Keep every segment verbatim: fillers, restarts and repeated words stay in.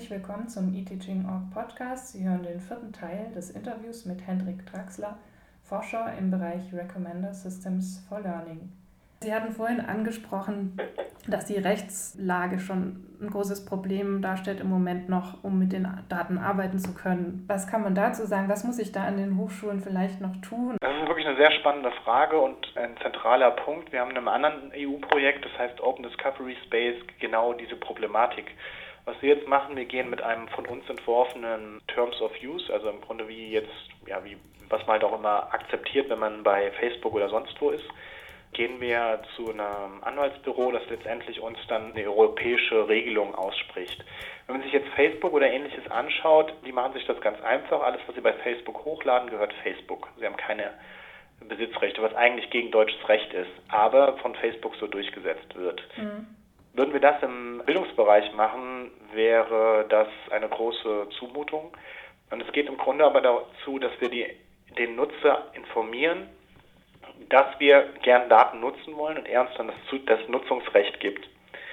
Herzlich willkommen zum eTeaching Punkt org Podcast. Sie hören den vierten Teil des Interviews mit Hendrik Draxler, Forscher im Bereich Recommender Systems for Learning. Sie hatten vorhin angesprochen, dass die Rechtslage schon ein großes Problem darstellt im Moment noch, um mit den Daten arbeiten zu können. Was kann man dazu sagen? Was muss ich da an den Hochschulen vielleicht noch tun? Das ist wirklich eine sehr spannende Frage und ein zentraler Punkt. Wir haben in einem anderen E U-Projekt, das heißt Open Discovery Space, genau diese Problematik. Was wir jetzt machen, wir gehen mit einem von uns entworfenen Terms of Use, also im Grunde wie jetzt, ja, wie was man halt auch immer akzeptiert, wenn man bei Facebook oder sonst wo ist, gehen wir zu einem Anwaltsbüro, das letztendlich uns dann eine europäische Regelung ausspricht. Wenn man sich jetzt Facebook oder Ähnliches anschaut, die machen sich das ganz einfach. Alles, was sie bei Facebook hochladen, gehört Facebook. Sie haben keine Besitzrechte, was eigentlich gegen deutsches Recht ist, aber von Facebook so durchgesetzt wird. Mhm. Würden wir das im Bildungsbereich machen, wäre das eine große Zumutung. Und es geht im Grunde aber dazu, dass wir die, den Nutzer informieren, dass wir gern Daten nutzen wollen und er uns dann das, das Nutzungsrecht gibt.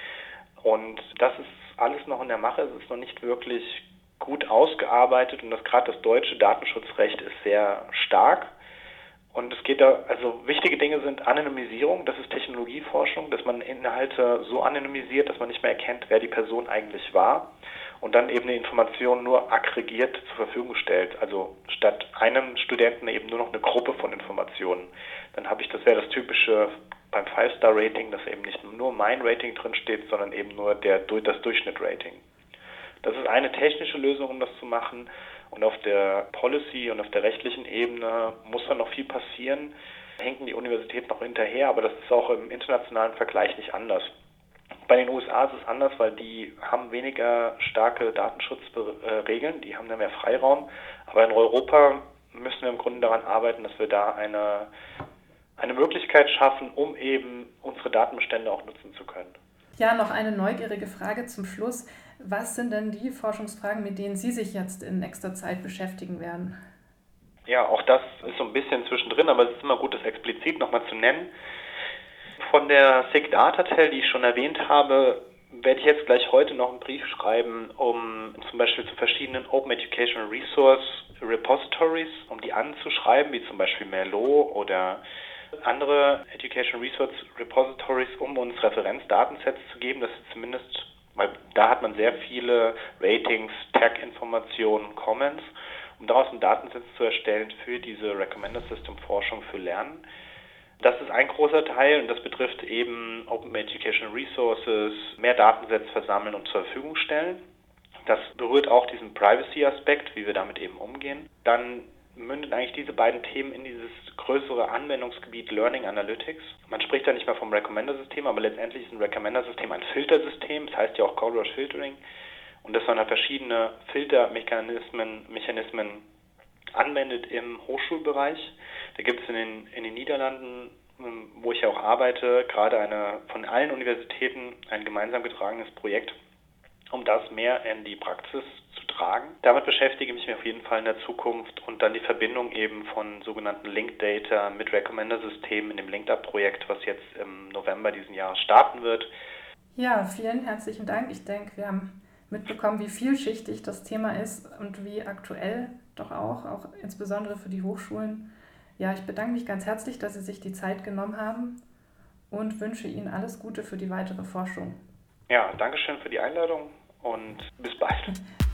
Und das ist alles noch in der Mache, es ist noch nicht wirklich gut ausgearbeitet und das gerade das deutsche Datenschutzrecht ist sehr stark. Und es geht da, also wichtige Dinge sind Anonymisierung, das ist Technologieforschung, dass man Inhalte so anonymisiert, dass man nicht mehr erkennt, wer die Person eigentlich war und dann eben die Information nur aggregiert zur Verfügung stellt. Also statt einem Studenten eben nur noch eine Gruppe von Informationen. Dann habe ich, das wäre das Typische beim Five-Star-Rating, dass eben nicht nur mein Rating drin steht, sondern eben nur der, das Durchschnitt-Rating. Das ist eine technische Lösung, um das zu machen. Und auf der Policy und auf der rechtlichen Ebene muss da noch viel passieren. Da hinken die Universitäten noch hinterher, aber das ist auch im internationalen Vergleich nicht anders. Bei den U S A ist es anders, weil die haben weniger starke Datenschutzregeln, die haben da mehr Freiraum. Aber in Europa müssen wir im Grunde daran arbeiten, dass wir da eine, eine Möglichkeit schaffen, um eben unsere Datenbestände auch nutzen zu können. Ja, noch eine neugierige Frage zum Schluss. Was sind denn die Forschungsfragen, mit denen Sie sich jetzt in nächster Zeit beschäftigen werden? Ja, auch das ist so ein bisschen zwischendrin, aber es ist immer gut, das explizit nochmal zu nennen. Von der S I G Datatel, die ich schon erwähnt habe, werde ich jetzt gleich heute noch einen Brief schreiben, um zum Beispiel zu verschiedenen Open Educational Resource Repositories, um die anzuschreiben, wie zum Beispiel Merlot oder andere Educational Resource Repositories, um uns Referenzdatensets zu geben, dass sie zumindest, weil da hat man sehr viele Ratings, Tag-Informationen, Comments, um daraus einen Datensatz zu erstellen für diese Recommender System Forschung für Lernen. Das ist ein großer Teil und das betrifft eben Open Educational Resources, mehr Datensätze versammeln und zur Verfügung stellen. Das berührt auch diesen Privacy-Aspekt, wie wir damit eben umgehen. Dann mündet eigentlich diese beiden Themen in dieses größere Anwendungsgebiet Learning Analytics. Man spricht da nicht mehr vom Recommender-System, aber letztendlich ist ein Recommender-System ein Filtersystem, das heißt ja auch Colruyt Filtering, und dass man da verschiedene Filtermechanismen Mechanismen anwendet im Hochschulbereich. Da gibt es in den, in den Niederlanden, wo ich ja auch arbeite, gerade eine von allen Universitäten ein gemeinsam getragenes Projekt, um das mehr in die Praxis zu tragen. Damit beschäftige ich mich auf jeden Fall in der Zukunft und dann die Verbindung eben von sogenannten Linked Data mit Recommender-Systemen in dem Linked-Up-Projekt, was jetzt im November diesen Jahres starten wird. Ja, vielen herzlichen Dank. Ich denke, wir haben mitbekommen, wie vielschichtig das Thema ist und wie aktuell doch auch, auch insbesondere für die Hochschulen. Ja, ich bedanke mich ganz herzlich, dass Sie sich die Zeit genommen haben und wünsche Ihnen alles Gute für die weitere Forschung. Ja, danke schön für die Einladung und bis bald.